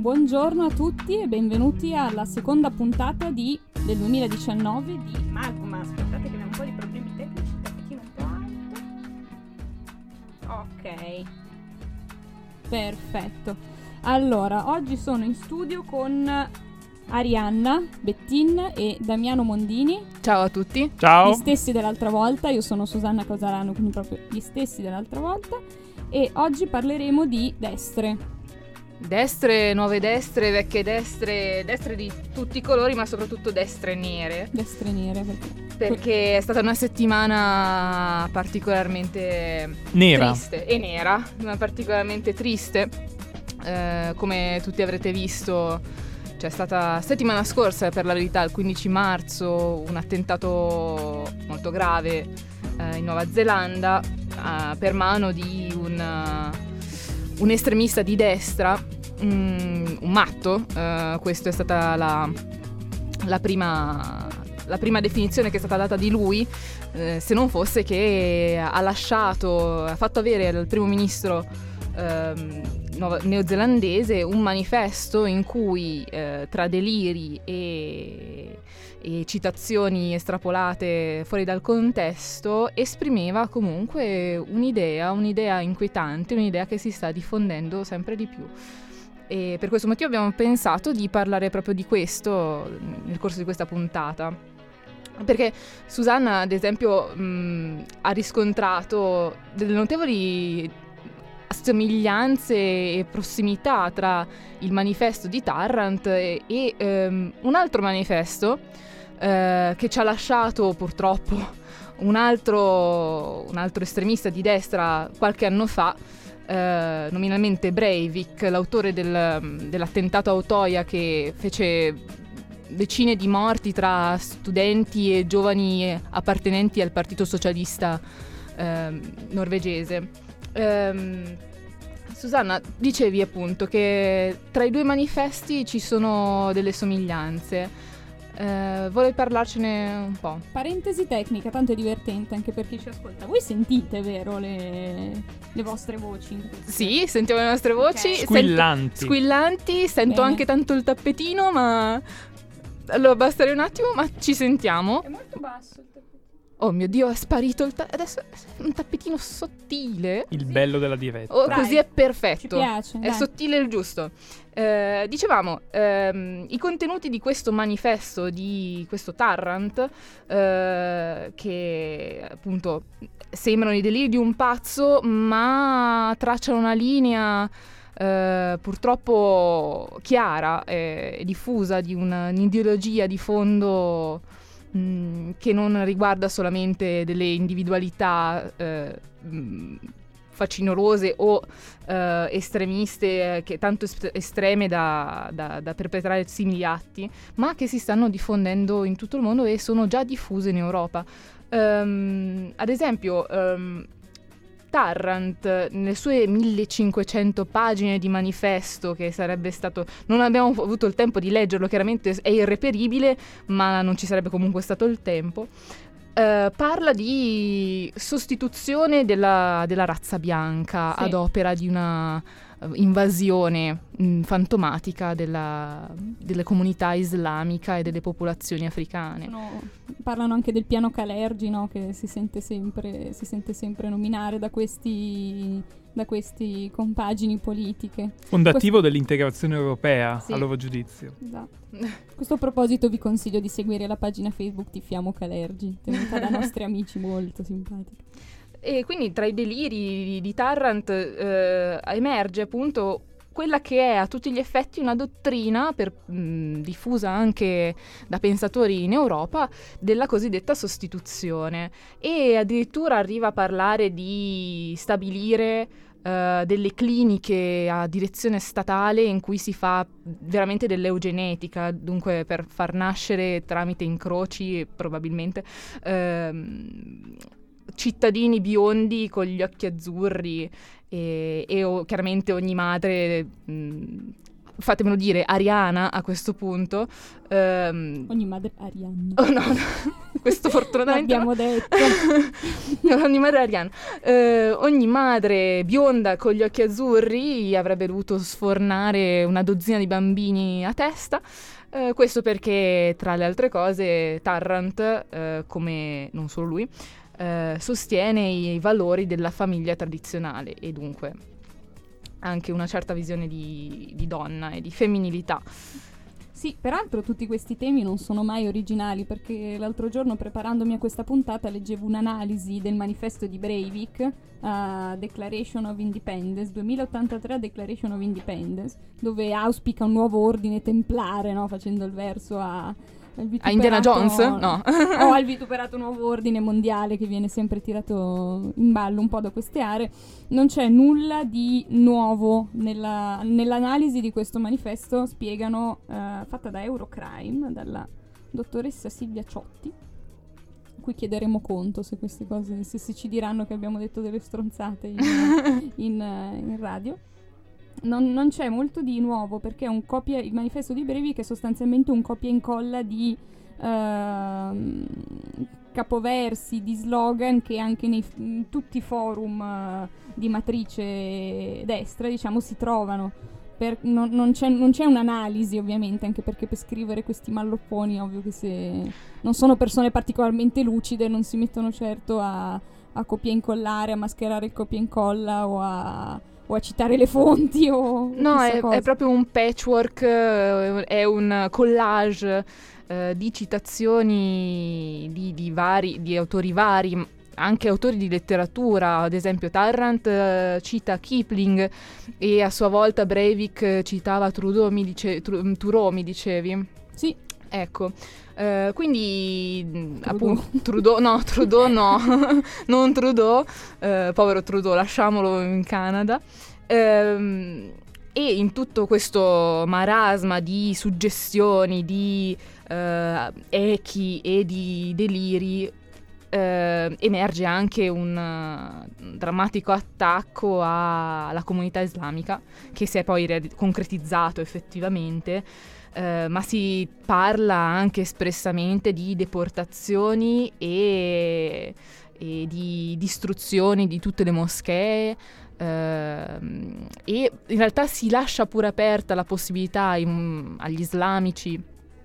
Buongiorno a tutti e benvenuti alla seconda puntata del 2019 di Magma. Aspettate che abbiamo un po' di problemi tecnici, un tappetino un po' alto. Ok, perfetto. Allora, oggi sono in studio con Arianna Bettin e Damiano Mondini. Ciao a tutti. Ciao. Gli stessi dell'altra volta, io sono Susanna Causarano, quindi proprio gli stessi dell'altra volta. E oggi parleremo di destre. Destre, nuove destre, vecchie destre, destre di tutti i colori, ma soprattutto destre nere. Destre nere, perché è stata una settimana particolarmente nera. Triste e nera, ma particolarmente triste. Come tutti avrete visto, c'è stata settimana scorsa, per la verità, il 15 marzo, un attentato molto grave in Nuova Zelanda per mano di un estremista di destra, un matto. Questa è stata la prima definizione che è stata data di lui, se non fosse che ha fatto avere al primo ministro neozelandese un manifesto in cui tra deliri e citazioni estrapolate fuori dal contesto esprimeva comunque un'idea inquietante, un'idea che si sta diffondendo sempre di più. E per questo motivo abbiamo pensato di parlare proprio di questo nel corso di questa puntata. Perché Susanna, ad esempio, ha riscontrato delle notevoli somiglianze e prossimità tra il manifesto di Tarrant e un altro manifesto che ci ha lasciato purtroppo un altro estremista di destra qualche anno fa, nominalmente Breivik, l'autore dell'attentato a Utøya che fece decine di morti tra studenti e giovani appartenenti al Partito Socialista norvegese. Susanna, dicevi appunto che tra i due manifesti ci sono delle somiglianze. Vuoi parlarcene un po'? Parentesi tecnica, tanto è divertente anche per chi ci ascolta. Voi sentite, vero, le vostre voci? Sì, sentiamo le nostre voci. Okay. Squillanti. Sento Bene. anche tanto il tappetino, ma allora abbassare un attimo, ma ci sentiamo. È molto basso il tappetino. Oh mio Dio, è sparito adesso è un tappetino sottile. Il bello della diretta. Oh, Dai, così è perfetto. ci piace, È dai. sottile il giusto. Dicevamo, i contenuti di questo manifesto, di questo Tarrant, che appunto sembrano i deliri di un pazzo, ma tracciano una linea purtroppo chiara e diffusa di un'ideologia di fondo che non riguarda solamente delle individualità facinorose o estremiste, che tanto estreme da perpetrare simili atti, ma che si stanno diffondendo in tutto il mondo e sono già diffuse in Europa. Ad esempio, Tarrant, nelle sue 1500 pagine di manifesto, che sarebbe stato... Non abbiamo avuto il tempo di leggerlo, chiaramente è irreperibile, ma non ci sarebbe comunque stato il tempo. Parla di sostituzione della razza bianca, sì, ad opera di una invasione fantomatica delle comunità islamica e delle popolazioni africane. Parlano anche del piano Kalergi, no? Che si sente sempre nominare da questi compagini politiche. Fondativo dell'integrazione europea, sì, a loro giudizio. Esatto. A questo proposito vi consiglio di seguire la pagina Facebook Tifiamo Kalergi, tenuta da nostri amici, molto simpatica. E quindi tra i deliri di Tarrant emerge appunto quella che è a tutti gli effetti una dottrina diffusa anche da pensatori in Europa della cosiddetta sostituzione, e addirittura arriva a parlare di stabilire delle cliniche a direzione statale in cui si fa veramente dell'eugenetica, dunque per far nascere tramite incroci probabilmente cittadini biondi con gli occhi azzurri e chiaramente ogni madre fatemelo dire, ariana a questo punto. Ogni madre ariana. Oh no, questo fortunatamente l'abbiamo detto. Ogni madre ariana. Ogni madre bionda con gli occhi azzurri avrebbe dovuto sfornare una dozzina di bambini a testa. Questo perché, tra le altre cose, Tarrant, come non solo lui, sostiene i valori della famiglia tradizionale e dunque anche una certa visione di donna e di femminilità. Sì, peraltro tutti questi temi non sono mai originali, perché l'altro giorno, preparandomi a questa puntata, leggevo un'analisi del manifesto di Breivik, Declaration of Independence, 2083 Declaration of Independence, dove auspica un nuovo ordine templare, no? Facendo il verso a Indiana Jones? No. O al vituperato nuovo ordine mondiale che viene sempre tirato in ballo un po' da queste aree. Non c'è nulla di nuovo nell'analisi di questo manifesto. Spiegano, fatta da Eurocrime, dalla dottoressa Silvia Ciotti, a cui chiederemo conto se queste cose, se ci diranno che abbiamo detto delle stronzate in radio. Non c'è molto di nuovo, perché il manifesto di Breivik è sostanzialmente un copia e incolla di capoversi, di slogan che anche in tutti i forum di matrice destra, diciamo, si trovano. Non c'è un'analisi, ovviamente, anche perché per scrivere questi mallopponi, ovvio che se non sono persone particolarmente lucide non si mettono certo a copia e incollare, a mascherare il copia e incolla o a citare le fonti o no, è proprio un patchwork, è un collage di citazioni di autori vari, anche autori di letteratura. Ad esempio Tarrant cita Kipling e a sua volta Breivik citava Thoreau, mi dicevi? Sì. Ecco, quindi appunto Trudeau no, non Trudeau, povero Trudeau, lasciamolo in Canada. E in tutto questo marasma di suggestioni, di echi e di deliri, emerge anche un drammatico attacco alla comunità islamica, che si è poi concretizzato effettivamente. Ma si parla anche espressamente di deportazioni e di distruzioni di tutte le moschee, e in realtà si lascia pure aperta la possibilità agli islamici,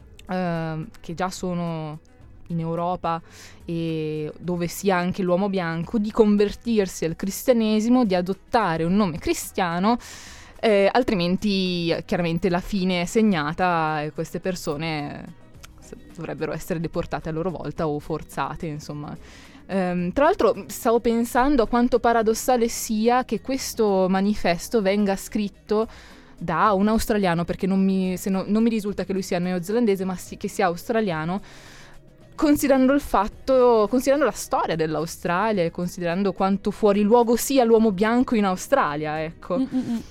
che già sono in Europa e dove sia anche l'uomo bianco, di convertirsi al cristianesimo, di adottare un nome cristiano. Altrimenti chiaramente la fine è segnata e queste persone dovrebbero essere deportate a loro volta o forzate, insomma. Tra l'altro stavo pensando a quanto paradossale sia che questo manifesto venga scritto da un australiano, perché non mi risulta che lui sia neozelandese, ma che sia australiano, considerando la storia dell'Australia e considerando quanto fuori luogo sia l'uomo bianco in Australia, ecco.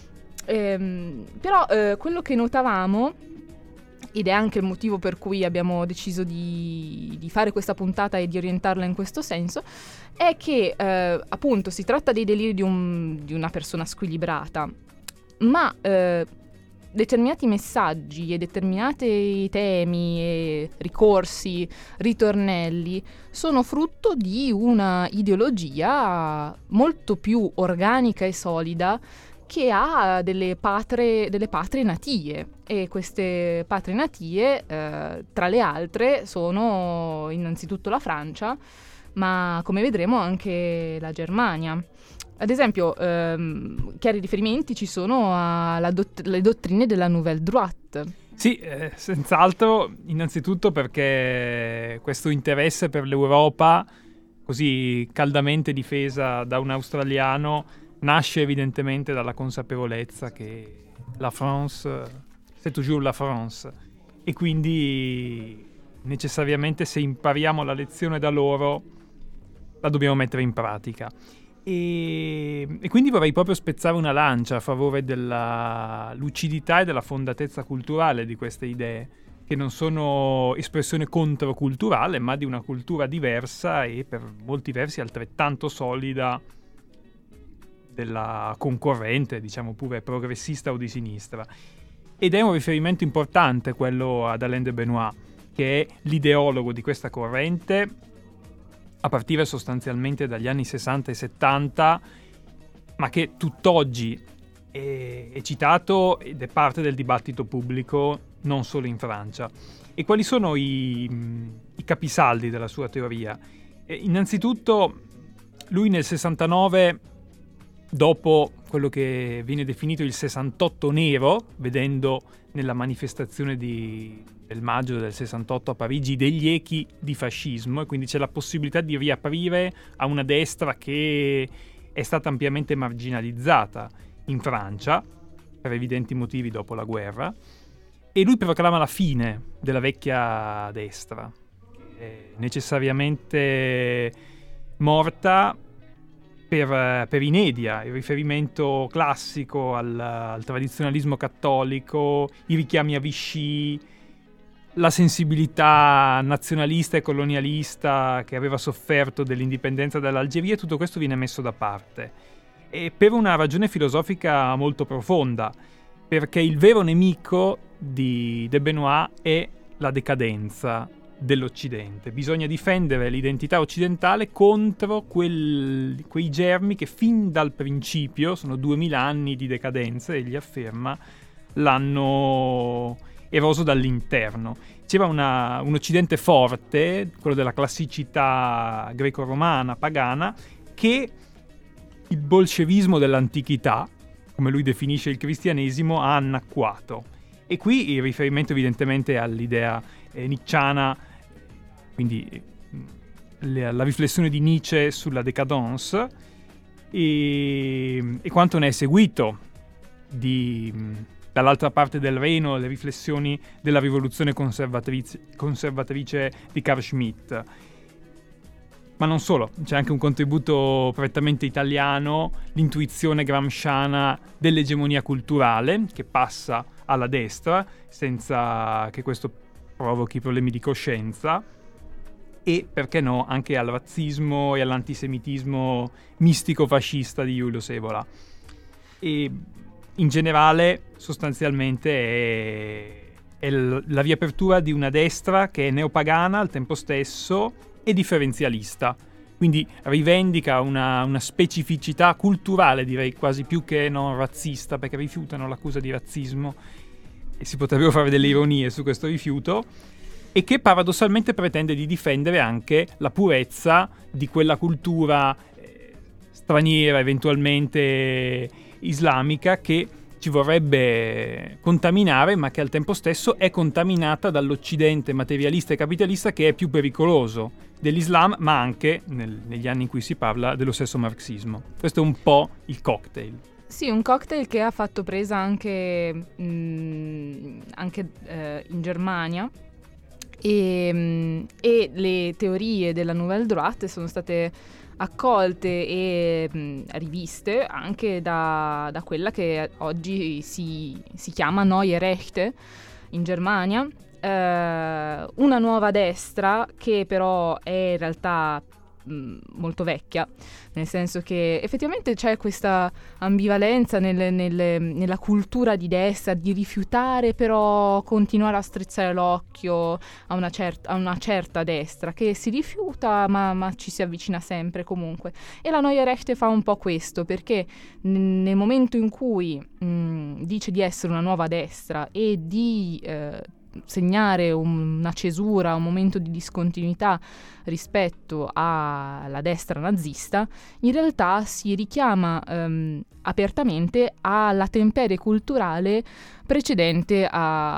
Però quello che notavamo, ed è anche il motivo per cui abbiamo deciso di fare questa puntata e di orientarla in questo senso, è che appunto si tratta dei deliri di una persona squilibrata, ma determinati messaggi e determinati temi e ricorsi, ritornelli sono frutto di una ideologia molto più organica e solida, che ha delle patrie natie, e queste patrie natie, tra le altre, sono innanzitutto la Francia, ma come vedremo anche la Germania. Ad esempio, chiari riferimenti ci sono alle dottrine della Nouvelle Droite. Sì, senz'altro, innanzitutto perché questo interesse per l'Europa, così caldamente difesa da un australiano, nasce evidentemente dalla consapevolezza che la France, c'est toujours la France, e quindi necessariamente se impariamo la lezione da loro la dobbiamo mettere in pratica. E quindi vorrei proprio spezzare una lancia a favore della lucidità e della fondatezza culturale di queste idee, che non sono espressione controculturale, ma di una cultura diversa e per molti versi altrettanto solida della concorrente, diciamo pure progressista o di sinistra. ed è un riferimento importante quello ad Alain de Benoist, che è l'ideologo di questa corrente a partire sostanzialmente dagli anni 60 e 70, ma che tutt'oggi è citato ed è parte del dibattito pubblico non solo in Francia. E quali sono i capisaldi della sua teoria? Innanzitutto, lui nel 69, dopo quello che viene definito il 68 nero, vedendo nella manifestazione del maggio del 68 a Parigi degli echi di fascismo, e quindi c'è la possibilità di riaprire a una destra che è stata ampiamente marginalizzata in Francia, per evidenti motivi dopo la guerra, e lui proclama la fine della vecchia destra, necessariamente morta per inedia, il riferimento classico al tradizionalismo cattolico, i richiami a Vichy, la sensibilità nazionalista e colonialista che aveva sofferto dell'indipendenza dall'Algeria, tutto questo viene messo da parte. E per una ragione filosofica molto profonda, perché il vero nemico di de Benoist è la decadenza dell'Occidente. Bisogna difendere l'identità occidentale contro quei germi che fin dal principio, sono 2000 anni di decadenza, egli afferma, l'hanno eroso dall'interno. C'era un Occidente forte, quello della classicità greco-romana, pagana, che il bolscevismo dell'antichità, come lui definisce il cristianesimo, ha annacquato. E qui il riferimento evidentemente all'idea nietzschiana, quindi la riflessione di Nietzsche sulla décadence e quanto ne è seguito dall'altra parte del Reno le riflessioni della rivoluzione conservatrice di Carl Schmitt. Ma non solo, c'è anche un contributo prettamente italiano, l'intuizione gramsciana dell'egemonia culturale che passa alla destra senza che questo provochi problemi di coscienza, e perché no anche al razzismo e all'antisemitismo mistico-fascista di Giulio Savola. E in generale sostanzialmente è la riapertura di una destra che è neopagana al tempo stesso e differenzialista, quindi rivendica una specificità culturale, direi quasi più che non razzista, perché rifiutano l'accusa di razzismo e si potrebbero fare delle ironie su questo rifiuto, e che paradossalmente pretende di difendere anche la purezza di quella cultura straniera, eventualmente islamica, che ci vorrebbe contaminare, ma che al tempo stesso è contaminata dall'Occidente materialista e capitalista, che è più pericoloso dell'Islam, ma anche, negli anni in cui si parla, dello stesso marxismo. Questo è un po' il cocktail. Sì, un cocktail che ha fatto presa anche in Germania, e le teorie della Nouvelle Droite sono state accolte e riviste anche da quella che oggi si chiama Neue Rechte in Germania, una nuova destra che però è in realtà molto vecchia, nel senso che effettivamente c'è questa ambivalenza nella cultura di destra, di rifiutare però continuare a strizzare l'occhio a una certa destra che si rifiuta ma ci si avvicina sempre comunque. E la Neue Rechte fa un po' questo, perché nel momento in cui dice di essere una nuova destra e di segnare una cesura, un momento di discontinuità rispetto alla destra nazista, in realtà si richiama apertamente alla temperie culturale precedente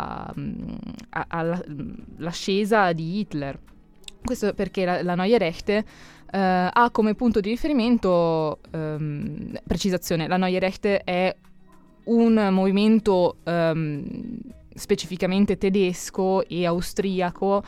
all'ascesa di Hitler. Questo perché la Neue Rechte ha come punto di riferimento, precisazione, la Neue Rechte è un movimento specificamente tedesco e austriaco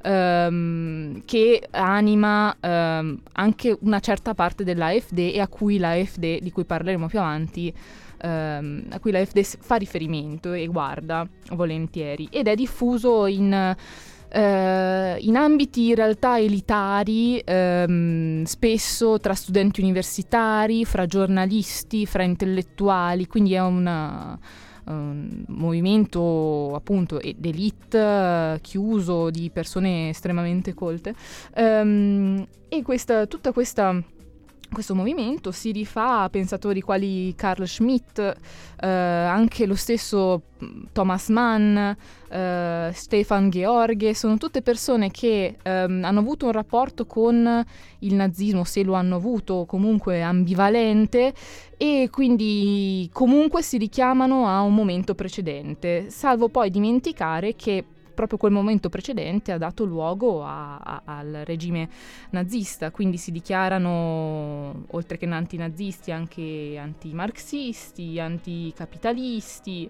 che anima anche una certa parte dell'AfD e a cui l'AfD, di cui parleremo più avanti, a cui l'AfD fa riferimento e guarda volentieri, ed è diffuso in ambiti in realtà elitari, spesso tra studenti universitari, fra giornalisti, fra intellettuali, quindi è movimento appunto d'élite chiuso di persone estremamente colte, e questo movimento si rifà a pensatori quali Carl Schmitt, anche lo stesso Thomas Mann, Stefan George. Sono tutte persone che hanno avuto un rapporto con il nazismo, se lo hanno avuto, comunque ambivalente, e quindi comunque si richiamano a un momento precedente, salvo poi dimenticare che proprio quel momento precedente ha dato luogo al regime nazista, quindi si dichiarano, oltre che antinazisti, anche antimarxisti, anticapitalisti,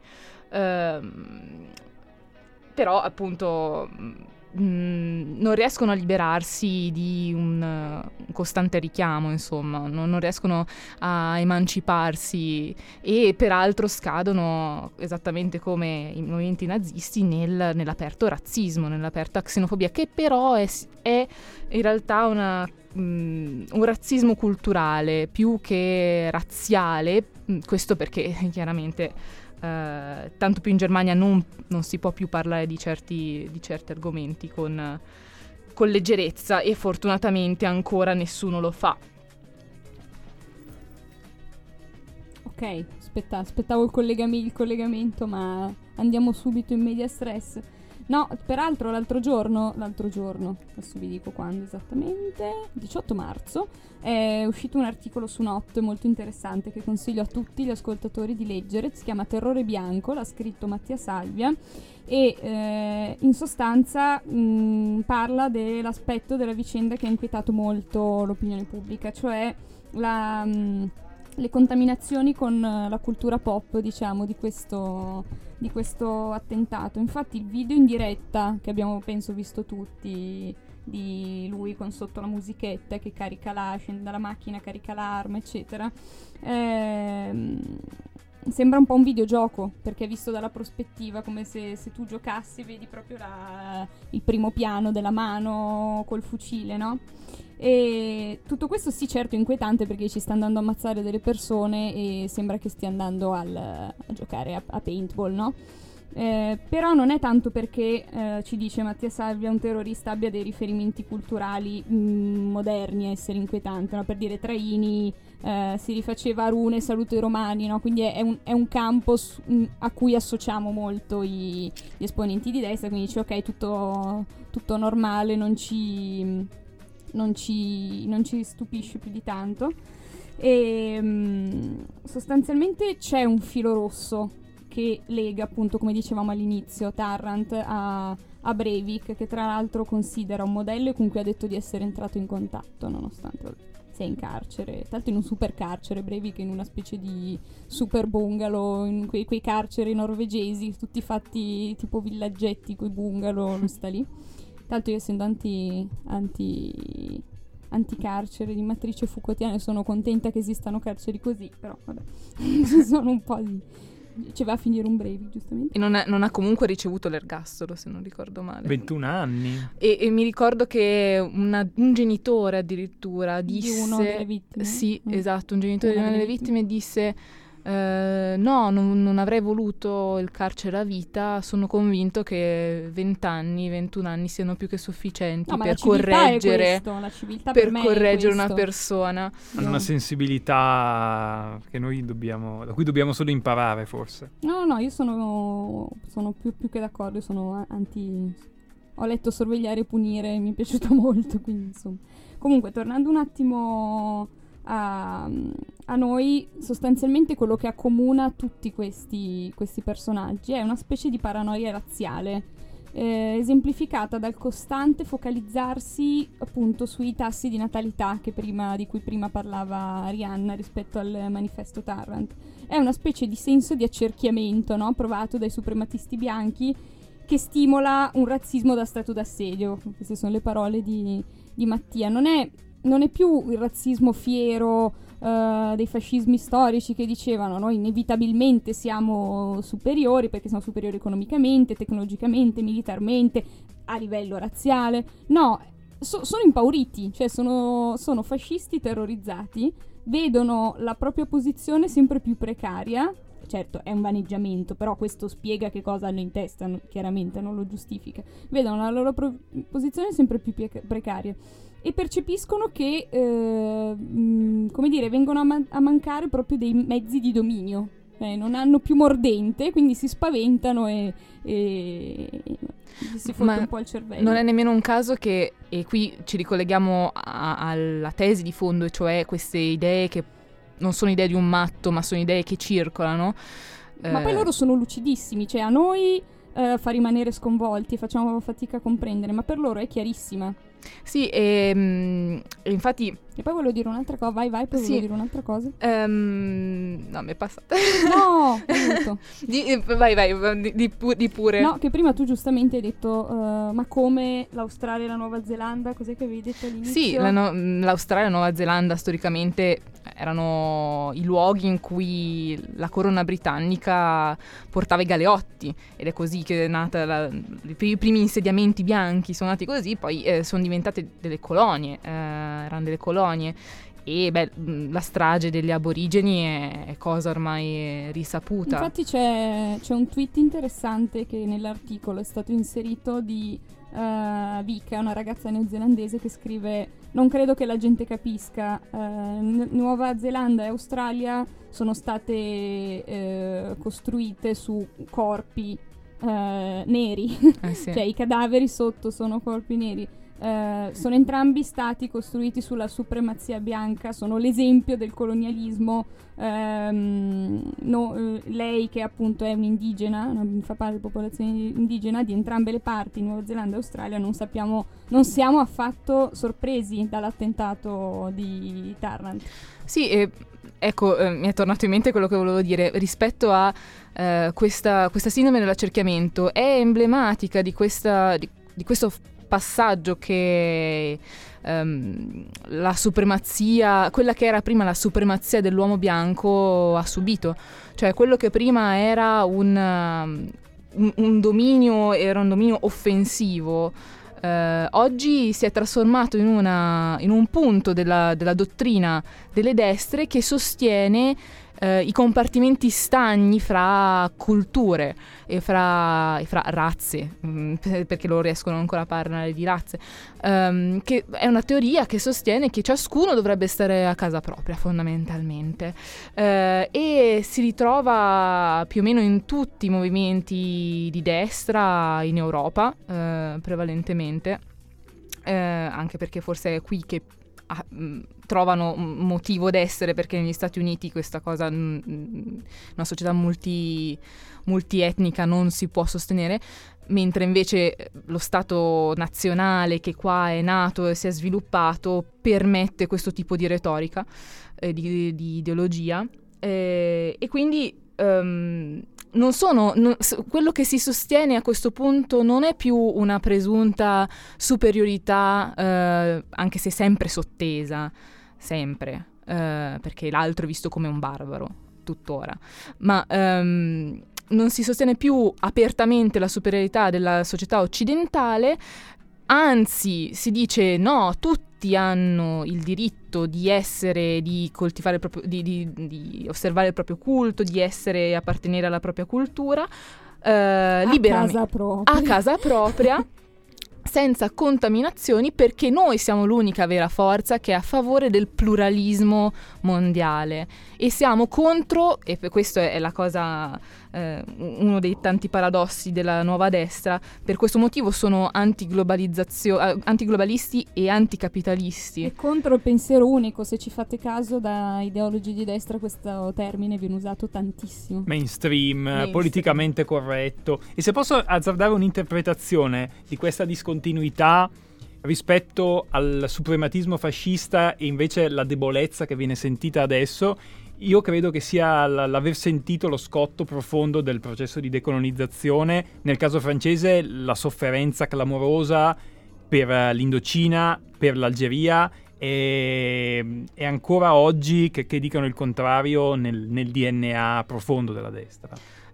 però appunto non riescono a liberarsi di un costante richiamo, insomma, non riescono a emanciparsi, e peraltro scadono, esattamente come i movimenti nazisti, nell'aperto razzismo, nell'aperta xenofobia, che però è in realtà un razzismo culturale più che razziale. Questo perché chiaramente tanto più in Germania non si può più parlare di certi argomenti con leggerezza, e fortunatamente ancora nessuno lo fa. Ok, aspettavo il collegamento, ma andiamo subito in media stress. No, peraltro l'altro giorno, adesso vi dico quando esattamente, 18 marzo, è uscito un articolo su Not molto interessante che consiglio a tutti gli ascoltatori di leggere. Si chiama Terrore bianco, l'ha scritto Mattia Salvia, e in sostanza parla dell'aspetto della vicenda che ha inquietato molto l'opinione pubblica, cioè le contaminazioni con la cultura pop, diciamo, di questo attentato. Infatti il video in diretta, che abbiamo penso visto tutti, di lui con sotto la musichetta che scende dalla macchina, carica l'arma, eccetera, sembra un po' un videogioco, perché è visto dalla prospettiva, come se tu giocassi, vedi proprio il primo piano della mano col fucile, no? E tutto questo sì, certo, è inquietante, perché ci sta andando a ammazzare delle persone e sembra che stia andando a giocare a paintball, no? Però non è tanto perché ci dice Mattia Salvia un terrorista abbia dei riferimenti culturali moderni a essere inquietante, no? Per dire, Traini si rifaceva a rune Saluto i Romani, no? Quindi è un campo a cui associamo molto gli esponenti di destra, quindi dice ok, tutto normale, non ci stupisce più di tanto. E sostanzialmente c'è un filo rosso che lega, appunto, come dicevamo all'inizio, Tarrant a Breivik, che tra l'altro considera un modello e con cui ha detto di essere entrato in contatto, nonostante sia in carcere, tra l'altro in un super carcere. Breivik in una specie di super bungalow, in quei carceri norvegesi, tutti fatti tipo villaggetti, quei bungalow, lui sta lì. Tra l'altro io, essendo anticarcere di matrice Foucaultiana, sono contenta che esistano carceri così, però vabbè, ci sono un po' di... ci va a finire un Breivik, giustamente. E non ha comunque ricevuto l'ergastolo, se non ricordo male. 21 anni. E mi ricordo che un genitore addirittura disse... Di uno delle vittime? Sì, esatto, un genitore di una delle vittime disse... no, non avrei voluto il carcere a vita, sono convinto che 21 anni siano più che sufficienti per correggere, una persona. Hanno una sensibilità che da cui dobbiamo solo imparare, forse. No, io sono più che d'accordo, io sono ho letto Sorvegliare e punire, mi è piaciuto molto, quindi insomma. Comunque, tornando un attimo a noi, sostanzialmente quello che accomuna tutti questi personaggi è una specie di paranoia razziale, esemplificata dal costante focalizzarsi appunto sui tassi di natalità di cui prima parlava Arianna rispetto al manifesto Tarrant. È una specie di senso di accerchiamento, no? Provato dai suprematisti bianchi, che stimola un razzismo da stato d'assedio. Queste sono le parole di Mattia. Non è più il razzismo fiero dei fascismi storici che dicevano noi inevitabilmente siamo superiori perché siamo superiori economicamente, tecnologicamente, militarmente, a livello razziale. No, sono impauriti, cioè sono fascisti terrorizzati, vedono la propria posizione sempre più precaria, certo è un vaneggiamento, però questo spiega che cosa hanno in testa, chiaramente non lo giustifica, vedono la loro posizione sempre più precaria e percepiscono che come dire, vengono a mancare proprio dei mezzi di dominio, non hanno più mordente, quindi si spaventano e si fotte un po' il cervello. Non è nemmeno un caso che, e qui ci ricolleghiamo alla tesi di fondo, cioè queste idee che non sono idee di un matto, ma sono idee che circolano. Ma poi loro sono lucidissimi, cioè a noi fa rimanere sconvolti e facciamo fatica a comprendere, ma per loro è chiarissima. Sì, e infatti... E poi volevo dire un'altra cosa, vai, poi sì. volevo dire un'altra cosa. No, mi è passata. No, aiuto. Vai, di pure. No, che prima tu giustamente hai detto, ma come l'Australia e la Nuova Zelanda, cos'è che avevi detto all'inizio? Sì, l'Australia e la Nuova Zelanda storicamente erano i luoghi in cui la corona britannica portava i galeotti, ed è così che è nata i primi insediamenti bianchi sono nati così, poi sono diventate delle colonie, erano delle colonie. E la strage degli aborigeni è cosa ormai risaputa. Infatti c'è un tweet interessante che nell'articolo è stato inserito di Vika, una ragazza neozelandese, che scrive: non credo che la gente capisca, Nuova Zelanda e Australia sono state costruite su corpi neri, sì. cioè i cadaveri sotto sono corpi neri. Sono entrambi stati costruiti sulla supremazia bianca, sono l'esempio del colonialismo. Lei, che appunto è un'indigena, fa parte della popolazione indigena di entrambe le parti, Nuova Zelanda e Australia, non siamo affatto sorpresi dall'attentato di Tarrant. Sì, ecco, mi è tornato in mente quello che volevo dire rispetto a questa sindrome dell'accerchiamento. È emblematica di questo passaggio che la supremazia, quella che era prima la supremazia dell'uomo bianco, ha subito. Cioè quello che prima era un dominio, era un dominio offensivo, oggi si è trasformato in un punto della dottrina delle destre che sostiene i compartimenti stagni fra culture e fra razze, perché loro riescono ancora a parlare di razze, che è una teoria che sostiene che ciascuno dovrebbe stare a casa propria fondamentalmente, e si ritrova più o meno in tutti i movimenti di destra in Europa, prevalentemente, anche perché forse è qui che trovano un motivo d'essere, perché negli Stati Uniti questa cosa, una società multietnica, non si può sostenere, mentre invece lo Stato nazionale, che qua è nato e si è sviluppato, permette questo tipo di retorica, di ideologia, e quindi quello che si sostiene a questo punto non è più una presunta superiorità, anche se sempre sottesa, sempre, perché l'altro è visto come un barbaro tuttora, ma non si sostiene più apertamente la superiorità della società occidentale, anzi si dice no, tutti hanno il diritto di essere, di coltivare il proprio, di osservare il proprio culto, di essere, appartenere alla propria cultura, liberamente, a casa propria senza contaminazioni, perché noi siamo l'unica vera forza che è a favore del pluralismo mondiale e siamo contro, e questo è la cosa, uno dei tanti paradossi della nuova destra, per questo motivo sono antiglobalisti e anticapitalisti. E contro il pensiero unico, se ci fate caso, da ideologi di destra questo termine viene usato tantissimo. Mainstream, politicamente corretto. E se posso azzardare un'interpretazione di questa discontinuità rispetto al suprematismo fascista e invece la debolezza che viene sentita adesso, io credo che sia l'aver sentito lo scotto profondo del processo di decolonizzazione, nel caso francese la sofferenza clamorosa per l'Indocina, per l'Algeria, e ancora oggi che dicano il contrario nel DNA profondo della destra.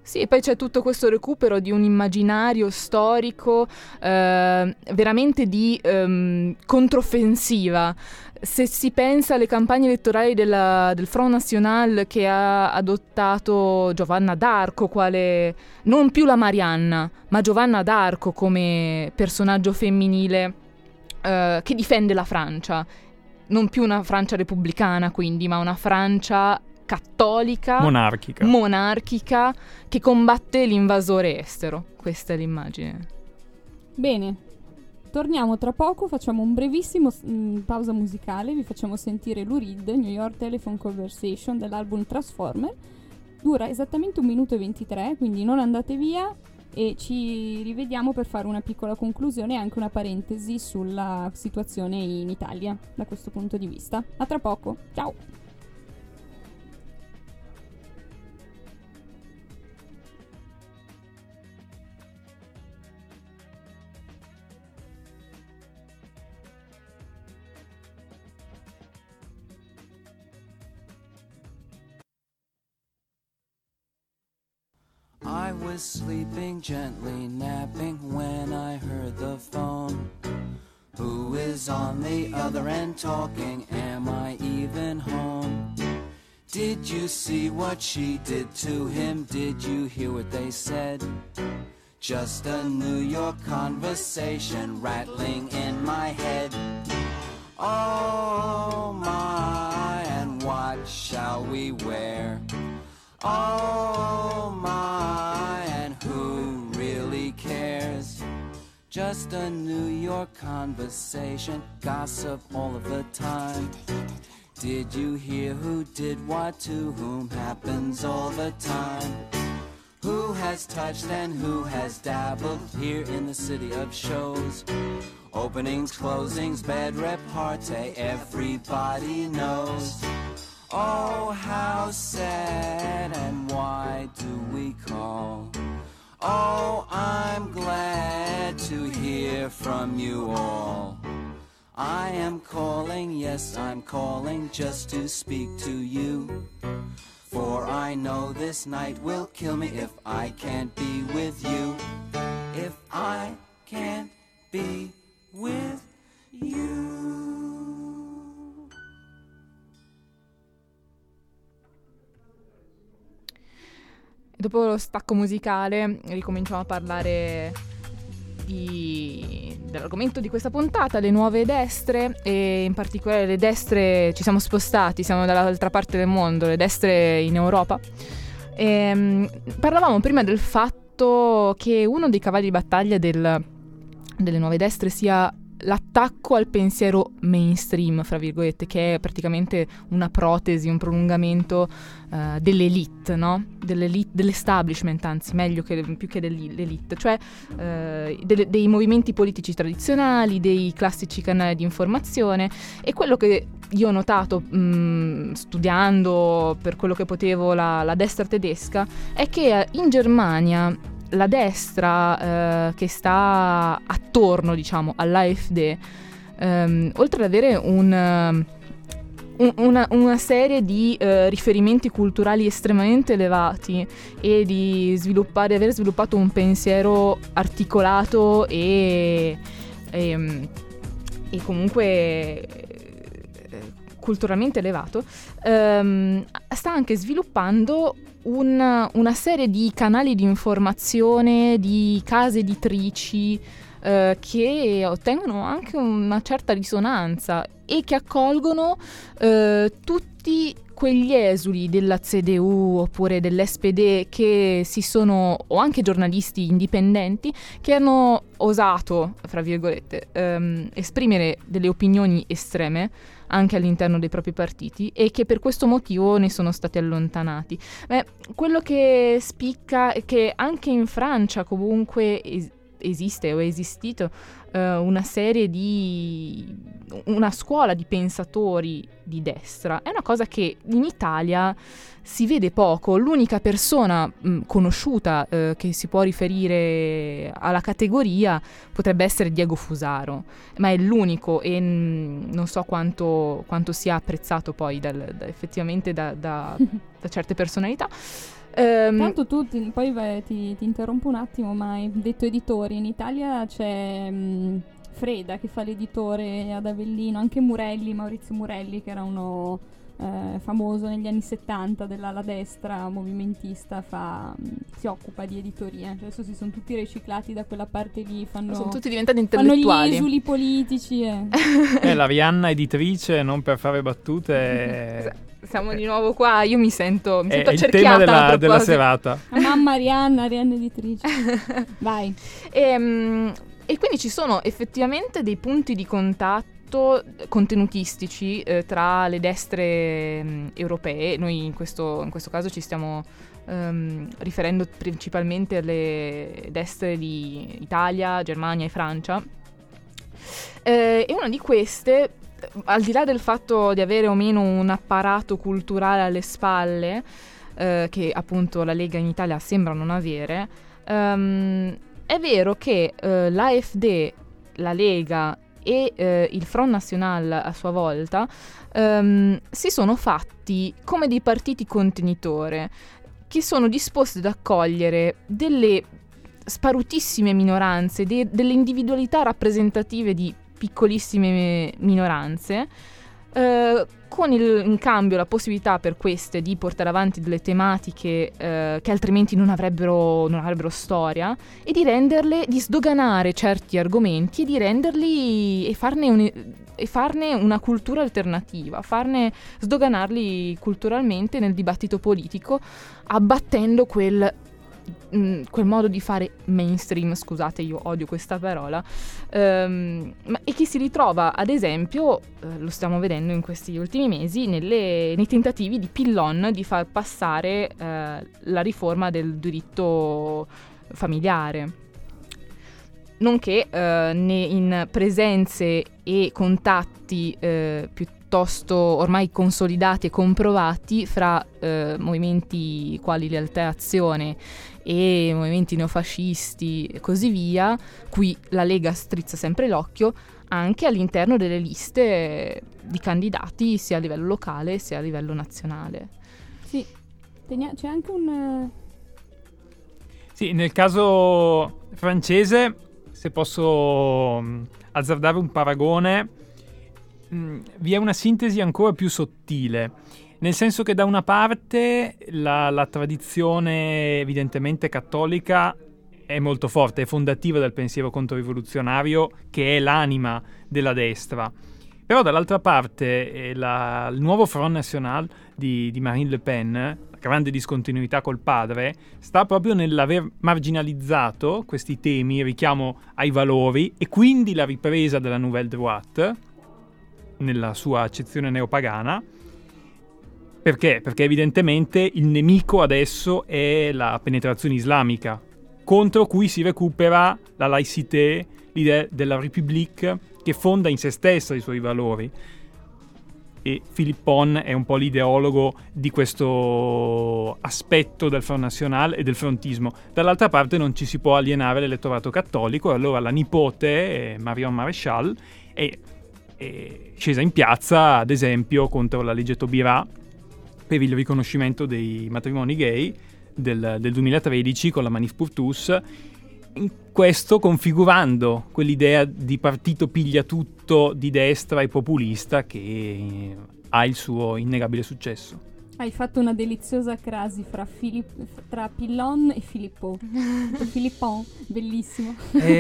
Sì, e poi c'è tutto questo recupero di un immaginario storico veramente di controffensiva. Se si pensa alle campagne elettorali del Front National, che ha adottato Giovanna d'Arco quale, non più la Marianna, ma Giovanna d'Arco come personaggio femminile che difende la Francia, non più una Francia repubblicana quindi, ma una Francia cattolica, monarchica, che combatte l'invasore estero. Questa è l'immagine. Bene, torniamo tra poco, facciamo un brevissimo pausa musicale, vi facciamo sentire Lou Reed, New York Telephone Conversation dell'album Transformer. Dura esattamente 1 minuto e 23, quindi non andate via e ci rivediamo per fare una piccola conclusione e anche una parentesi sulla situazione in Italia da questo punto di vista. A tra poco, ciao! I was sleeping gently, napping when I heard the phone. Who is on the other end talking? Am I even home? Did you see what she did to him? Did you hear what they said? Just a New York conversation rattling in my head. Oh my, and what shall we wear? Oh my, and who really cares? Just a New York conversation, gossip all of the time. Did you hear who did what to whom? Happens all the time. Who has touched and who has dabbled here in the city of shows? Openings, closings, bed repartee, everybody knows. Oh, how sad, and why do we call? Oh, I'm glad to hear from you all. I am calling, yes, I'm calling just to speak to you. For I know this night will kill me if I can't be with you. If I can't be with you. Dopo lo stacco musicale ricominciamo a parlare dell'argomento di questa puntata, le nuove destre, e in particolare le destre. Ci siamo spostati, siamo dall'altra parte del mondo, le destre in Europa. Parlavamo prima del fatto che uno dei cavalli di battaglia delle nuove destre sia l'attacco al pensiero mainstream, fra virgolette, che è praticamente una protesi, un prolungamento dell'elite, no? Dell'establishment, anzi, meglio più che dell'elite, cioè dei movimenti politici tradizionali, dei classici canali di informazione. E quello che io ho notato studiando per quello che potevo la destra tedesca è che in Germania la destra che sta attorno, diciamo, all'AfD, oltre ad avere una serie di riferimenti culturali estremamente elevati e di aver sviluppato un pensiero articolato e comunque culturalmente elevato, sta anche sviluppando una serie di canali di informazione, di case editrici che ottengono anche una certa risonanza e che accolgono tutti quegli esuli della CDU oppure dell'SPD che o anche giornalisti indipendenti che hanno osato, fra virgolette, esprimere delle opinioni estreme anche all'interno dei propri partiti e che per questo motivo ne sono stati allontanati. Quello che spicca è che anche in Francia comunque esiste o è esistito una scuola di pensatori di destra. È una cosa che in Italia si vede poco. L'unica persona conosciuta che si può riferire alla categoria potrebbe essere Diego Fusaro, ma è l'unico e non so quanto sia apprezzato poi effettivamente da certe personalità. Tanto tu poi ti interrompo un attimo, ma hai detto editori. In Italia c'è Freda che fa l'editore ad Avellino, anche Maurizio Murelli, che era uno famoso negli anni 70 dell'ala destra, movimentista, si occupa di editoria. Cioè, adesso si sono tutti riciclati da quella parte lì, sono tutti diventati fanno intellettuali. gli esuli politici. La Rihanna editrice, non per fare battute. Siamo di nuovo qua, io mi sento è il accerchiata tema della serata. La mamma Rihanna editrice. Vai. E quindi ci sono effettivamente dei punti di contatto contenutistici tra le destre europee. Noi in questo caso ci stiamo riferendo principalmente alle destre di Italia, Germania e Francia. E una di queste, al di là del fatto di avere o meno un apparato culturale alle spalle, che appunto la Lega in Italia sembra non avere, è vero che l'AfD, la Lega e il Front National a sua volta si sono fatti come dei partiti contenitore che sono disposti ad accogliere delle sparutissime minoranze, delle individualità rappresentative di piccolissime minoranze, con in cambio la possibilità per queste di portare avanti delle tematiche che altrimenti non avrebbero storia, e di sdoganare certi argomenti e di renderli e farne una cultura alternativa, sdoganarli culturalmente nel dibattito politico, abbattendo quel modo di fare mainstream, scusate, io odio questa parola, e che si ritrova ad esempio, lo stiamo vedendo in questi ultimi mesi, nei tentativi di Pillon di far passare la riforma del diritto familiare, nonché in presenze e contatti piuttosto ormai consolidati e comprovati fra movimenti quali Lealtà e Azione e movimenti neofascisti e così via, cui la Lega strizza sempre l'occhio, anche all'interno delle liste di candidati sia a livello locale sia a livello nazionale. Sì, c'è anche un... Sì, nel caso francese, se posso azzardare un paragone, vi è una sintesi ancora più sottile, nel senso che da una parte la tradizione evidentemente cattolica è molto forte, è fondativa del pensiero controrivoluzionario, che è l'anima della destra. Però dall'altra parte il nuovo Front National di Marine Le Pen, la grande discontinuità col padre, sta proprio nell'aver marginalizzato questi temi, il richiamo ai valori e quindi la ripresa della Nouvelle Droite nella sua accezione neopagana. Perché? Perché evidentemente il nemico adesso è la penetrazione islamica, contro cui si recupera la laïcité, l'idea della République che fonda in se stessa i suoi valori. E Philippon è un po' l'ideologo di questo aspetto del Front National e del frontismo. Dall'altra parte non ci si può alienare l'elettorato cattolico, e allora la nipote, Marion Maréchal, è scesa in piazza, ad esempio, contro la legge Taubira per il riconoscimento dei matrimoni gay del 2013 con la Manif pour tous, in questo configurando quell'idea di partito pigliatutto di destra e populista che ha il suo innegabile successo. Hai fatto una deliziosa crasi tra Pillon e Philippot. Philippon, bellissimo.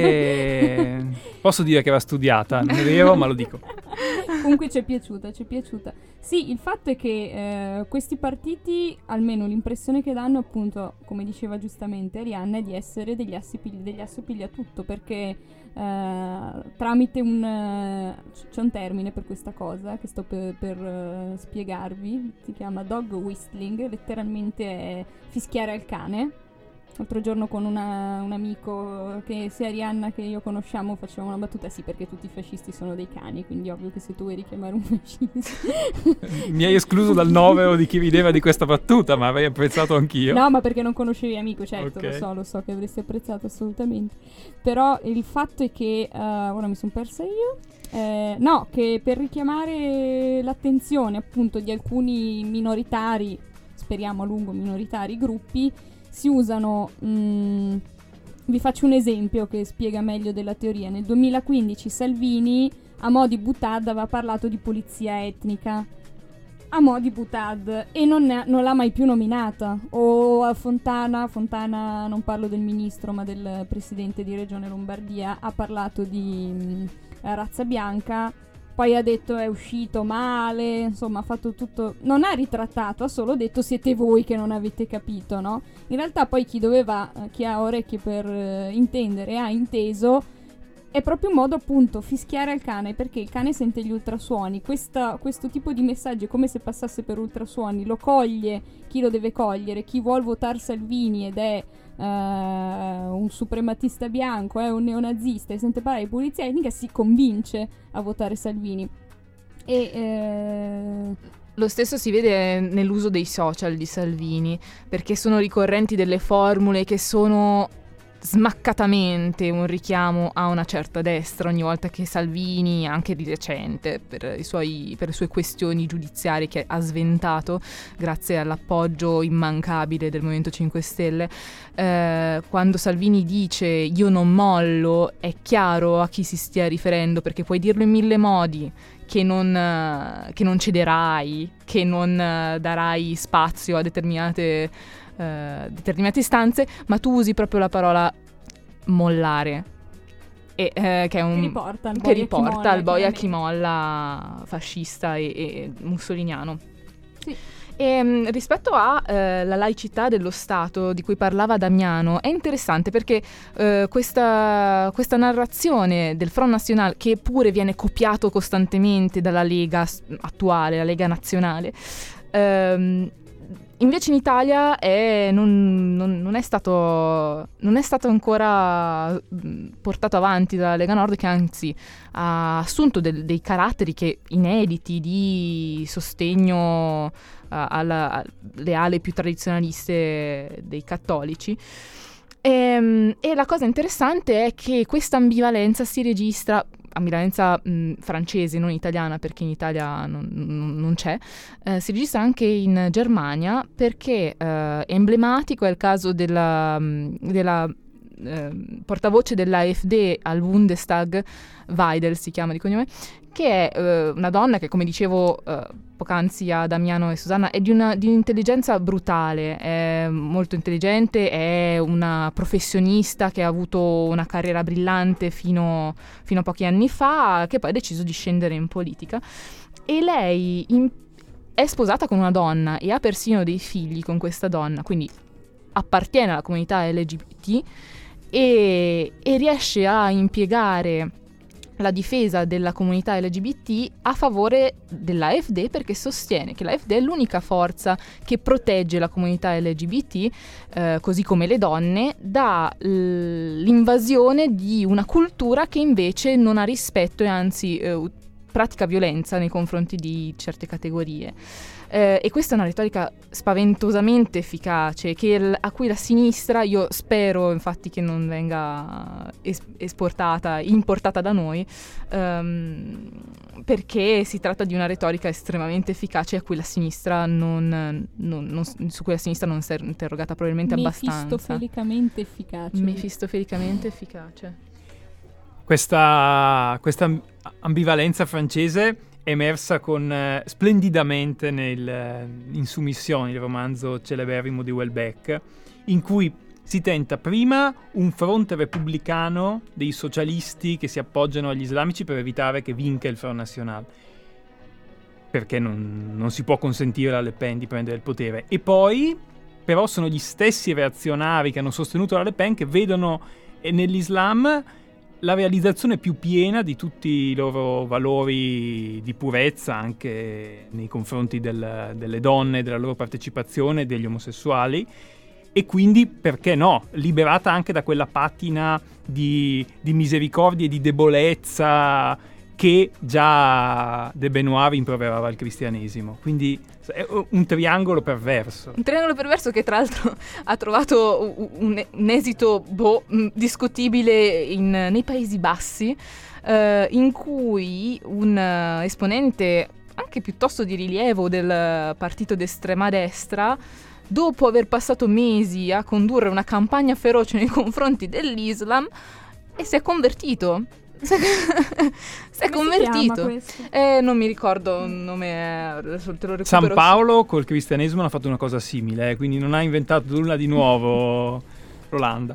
Posso dire che era studiata, non è vero, ma lo dico. Comunque ci è piaciuta. Sì, il fatto è che questi partiti, almeno l'impressione che danno, appunto, come diceva giustamente Arianna, è di essere degli assi pigliatutto, perché tramite c'è un termine per questa cosa che sto per spiegarvi, si chiama dog whistling, letteralmente è fischiare al cane. L'altro giorno con un amico che sia Arianna che io conosciamo facevamo una battuta, sì, perché tutti i fascisti sono dei cani, quindi ovvio che se tu vuoi richiamare un fascista mi hai escluso dal novero di chi rideva di questa battuta, ma avrei apprezzato anch'io. No, ma perché non conoscevi amico, certo, Okay. lo so che avresti apprezzato assolutamente. Però il fatto è che ora mi sono persa io. No, che per richiamare l'attenzione appunto di alcuni minoritari speriamo a lungo minoritari gruppi, si usano... vi faccio un esempio che spiega meglio della teoria. Nel 2015 Salvini a mo' di boutade aveva parlato di pulizia etnica, a mo' di boutade, e non l'ha mai più nominata. O a Fontana, non parlo del ministro ma del presidente di Regione Lombardia, ha parlato di razza bianca, poi ha detto è uscito male, insomma ha fatto tutto, non ha ritrattato, ha solo detto siete voi che non avete capito, no? In realtà poi chi ha orecchie per intendere ha inteso. È proprio un modo appunto fischiare al cane, perché il cane sente gli ultrasuoni. Questo tipo di messaggio è come se passasse per ultrasuoni, lo coglie chi lo deve cogliere, chi vuol votare Salvini ed è un suprematista bianco, è un neonazista e sente parlare di pulizia etnica, si convince a votare Salvini. Lo stesso si vede nell'uso dei social di Salvini, perché sono ricorrenti delle formule che sono smaccatamente un richiamo a una certa destra ogni volta che Salvini, anche di recente per le sue questioni giudiziarie che ha sventato grazie all'appoggio immancabile del Movimento 5 Stelle, quando Salvini dice io non mollo, è chiaro a chi si stia riferendo, perché puoi dirlo in mille modi, che non cederai, che non darai spazio a determinate istanze, ma tu usi proprio la parola mollare, che è che riporta al boia chi molla fascista e mussoliniano. Sì. E rispetto a la laicità dello Stato di cui parlava Damiano, è interessante perché questa narrazione del Front National, che pure viene copiato costantemente dalla Lega attuale, la Lega Nazionale, invece in Italia non è stato ancora portato avanti dalla Lega Nord, che anzi ha assunto dei caratteri inediti di sostegno alle ale più tradizionaliste dei cattolici. E la cosa interessante è che questa ambivalenza si registra, ambivalenza francese, non italiana, perché in Italia non c'è, si registra anche in Germania, perché emblematico è il caso della portavoce dell'AfD al Bundestag, Weidel si chiama di cognome, che è una donna che, come dicevo poc'anzi a Damiano e Susanna, è di un'intelligenza brutale, è molto intelligente, è una professionista che ha avuto una carriera brillante fino a pochi anni fa, che poi ha deciso di scendere in politica. E lei è sposata con una donna e ha persino dei figli con questa donna, quindi appartiene alla comunità LGBT e riesce a impiegare la difesa della comunità LGBT a favore dell'AfD, perché sostiene che l'AfD è l'unica forza che protegge la comunità LGBT, così come le donne, dall'invasione di una cultura che invece non ha rispetto e anzi pratica violenza nei confronti di certe categorie. E questa è una retorica spaventosamente efficace a cui la sinistra, io spero infatti che non venga importata da noi, perché si tratta di una retorica estremamente efficace a cui la sinistra su cui la sinistra non si è interrogata probabilmente abbastanza. Mefistofelicamente efficace. Questa ambivalenza francese è emersa splendidamente in Sumissioni, il romanzo celeberrimo di Houellebecq, in cui si tenta prima un fronte repubblicano dei socialisti che si appoggiano agli islamici per evitare che vinca il Front National, perché non si può consentire a Le Pen di prendere il potere, e poi però sono gli stessi reazionari che hanno sostenuto la Le Pen che vedono nell'Islam la realizzazione più piena di tutti i loro valori di purezza, anche nei confronti delle donne, della loro partecipazione, degli omosessuali, e quindi, perché no, liberata anche da quella patina di misericordia e di debolezza che già De Benoit rimproverava al cristianesimo. Quindi è un triangolo perverso. Un triangolo perverso che tra l'altro ha trovato un esito discutibile nei Paesi Bassi, in cui un esponente anche piuttosto di rilievo del partito d'estrema destra, dopo aver passato mesi a condurre una campagna feroce nei confronti dell'Islam, e si è convertito. Si è convertito. Non mi ricordo il nome, adesso te lo recupero. San Paolo col cristianesimo ha fatto una cosa simile, quindi non ha inventato nulla di nuovo Rolanda.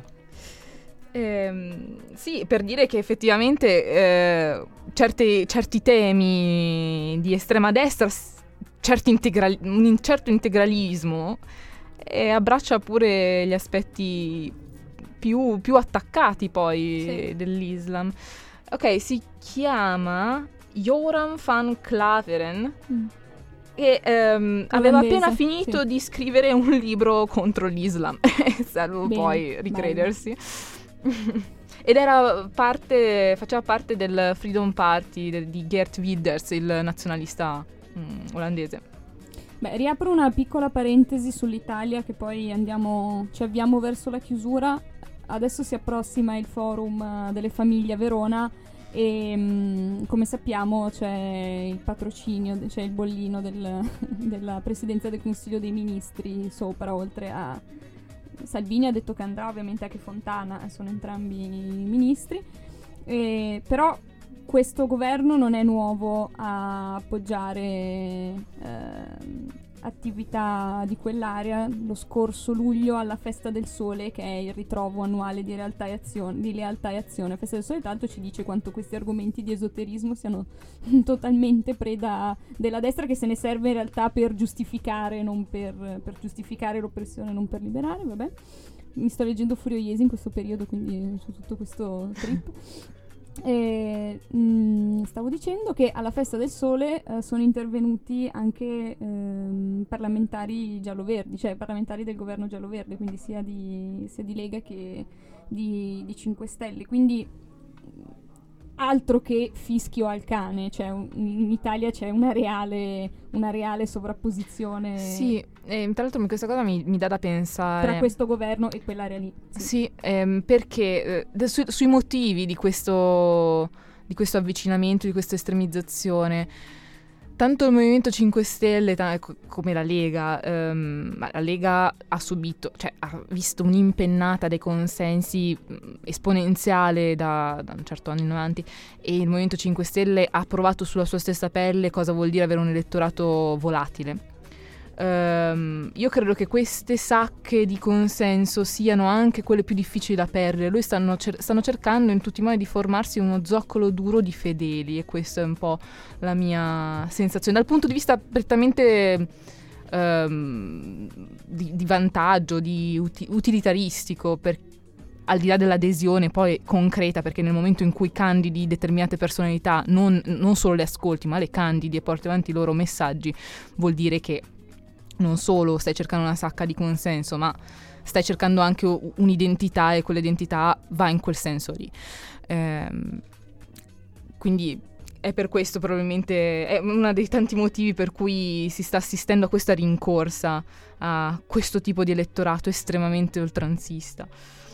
Sì, per dire che effettivamente certi temi di estrema destra, un certo integralismo, abbraccia pure gli aspetti più attaccati poi dell'Islam. Ok, si chiama Joram van Klaveren e aveva appena finito di scrivere un libro contro l'Islam, salvo poi ricredersi. Ed faceva parte del Freedom Party di Geert Wilders, il nazionalista olandese. Beh, riapro una piccola parentesi sull'Italia, che poi ci avviamo verso la chiusura. Adesso si approssima il forum delle famiglie a Verona e come sappiamo c'è il patrocinio, c'è il bollino della Presidenza del Consiglio dei Ministri sopra, oltre a Salvini ha detto che andrà ovviamente anche Fontana, sono entrambi ministri, però questo governo non è nuovo a appoggiare attività di quell'area. Lo scorso luglio alla Festa del Sole, che è il ritrovo annuale di Lealtà e Azione, la Festa del Sole tanto ci dice quanto questi argomenti di esoterismo siano totalmente preda della destra, che se ne serve in realtà per giustificare, non per giustificare l'oppressione, non per liberare. Vabbè, mi sto leggendo Furio Iesi in questo periodo, quindi su tutto questo trip. Stavo dicendo che alla Festa del Sole sono intervenuti anche parlamentari giallo-verdi, cioè parlamentari del governo giallo-verde, quindi sia di Lega che di 5 Stelle, quindi altro che fischio al cane, cioè in Italia c'è una reale sovrapposizione. Sì, tra l'altro questa cosa mi dà da pensare tra questo governo e quell'area lì. Sì, perché sui motivi di questo avvicinamento, di questa estremizzazione, tanto il Movimento 5 Stelle come la Lega, ma la Lega ha visto un'impennata dei consensi esponenziale da un certo anno in avanti, e il Movimento 5 Stelle ha provato sulla sua stessa pelle cosa vuol dire avere un elettorato volatile. Io credo che queste sacche di consenso siano anche quelle più difficili da perdere. Lui stanno cercando in tutti i modi di formarsi uno zoccolo duro di fedeli, e questa è un po' la mia sensazione dal punto di vista prettamente di vantaggio, di utilitaristico, al di là dell'adesione poi concreta, perché nel momento in cui candidi determinate personalità non solo le ascolti, ma le candidi e porti avanti i loro messaggi, vuol dire che non solo stai cercando una sacca di consenso, ma stai cercando anche un'identità, e quell'identità va in quel senso lì. Quindi è per questo, probabilmente è uno dei tanti motivi per cui si sta assistendo a questa rincorsa a questo tipo di elettorato estremamente oltranzista.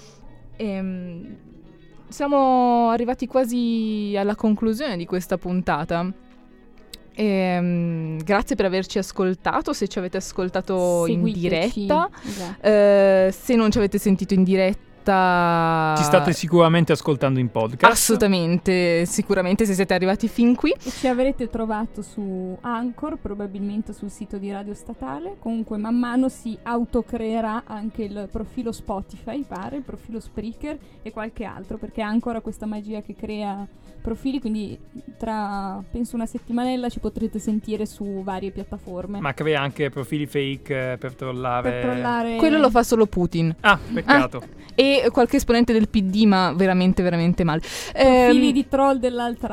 Siamo arrivati quasi alla conclusione di questa puntata. Grazie per averci ascoltato, se ci avete ascoltato seguiteci in diretta, esatto. Se non ci avete sentito in diretta, ci state sicuramente ascoltando in podcast. Assolutamente, sicuramente, se siete arrivati fin qui. E ci avrete trovato su Anchor, probabilmente sul sito di Radio Statale. Comunque man mano si autocreerà anche il profilo Spotify, pare, il profilo Spreaker e qualche altro, perché Anchor ha questa magia che crea profili, quindi tra penso una settimanella ci potrete sentire su varie piattaforme. Ma crea anche profili fake per trollare. Quello lo fa solo Putin. Peccato. E qualche esponente del PD, ma veramente veramente male. Profili di troll dell'altra.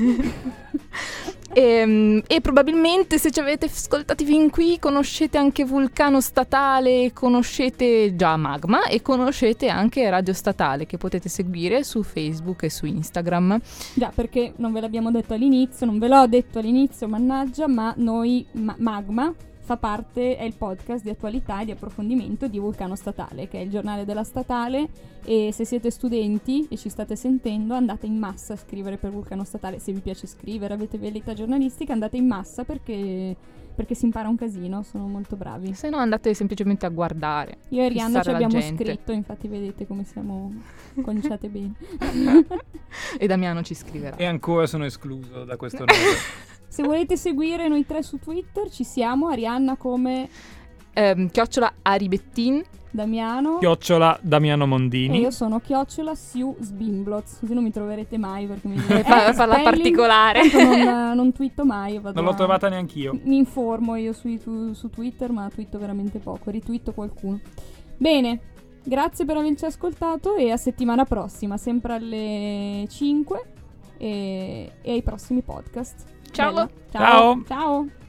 E probabilmente, se ci avete ascoltati fin qui, conoscete anche Vulcano Statale, conoscete già Magma e conoscete anche Radio Statale, che potete seguire su Facebook e su Instagram. Già, perché non ve l'abbiamo detto all'inizio, non ve l'ho detto all'inizio, mannaggia, ma noi Magma è il podcast di attualità e di approfondimento di Vulcano Statale, che è il giornale della Statale, e se siete studenti e ci state sentendo, andate in massa a scrivere per Vulcano Statale. Se vi piace scrivere, avete velleità giornalistica, andate in massa perché si impara un casino, sono molto bravi. Se no andate semplicemente a guardare. Io e Rihanna ci fissare la abbiamo gente. scritto, infatti vedete come siamo conciate bene. E Damiano ci scriverà. E ancora sono escluso da questo nome. Se volete seguire noi tre su Twitter, ci siamo. Arianna come Chiocciola Aribettin. Damiano. Chiocciola Damiano E Mondini. io sono Chiocciola Siu Sbimbloz, così non mi troverete mai perché mi Farla spelling, particolare. tanto non twitto mai. Non l'ho trovata neanch'io. Mi informo io su Twitter, ma twitto veramente poco, ritwitto qualcuno. Bene, grazie per averci ascoltato e a settimana prossima, sempre alle 5 e ai prossimi podcast. Ciao. Bella. Ciao. Ciao.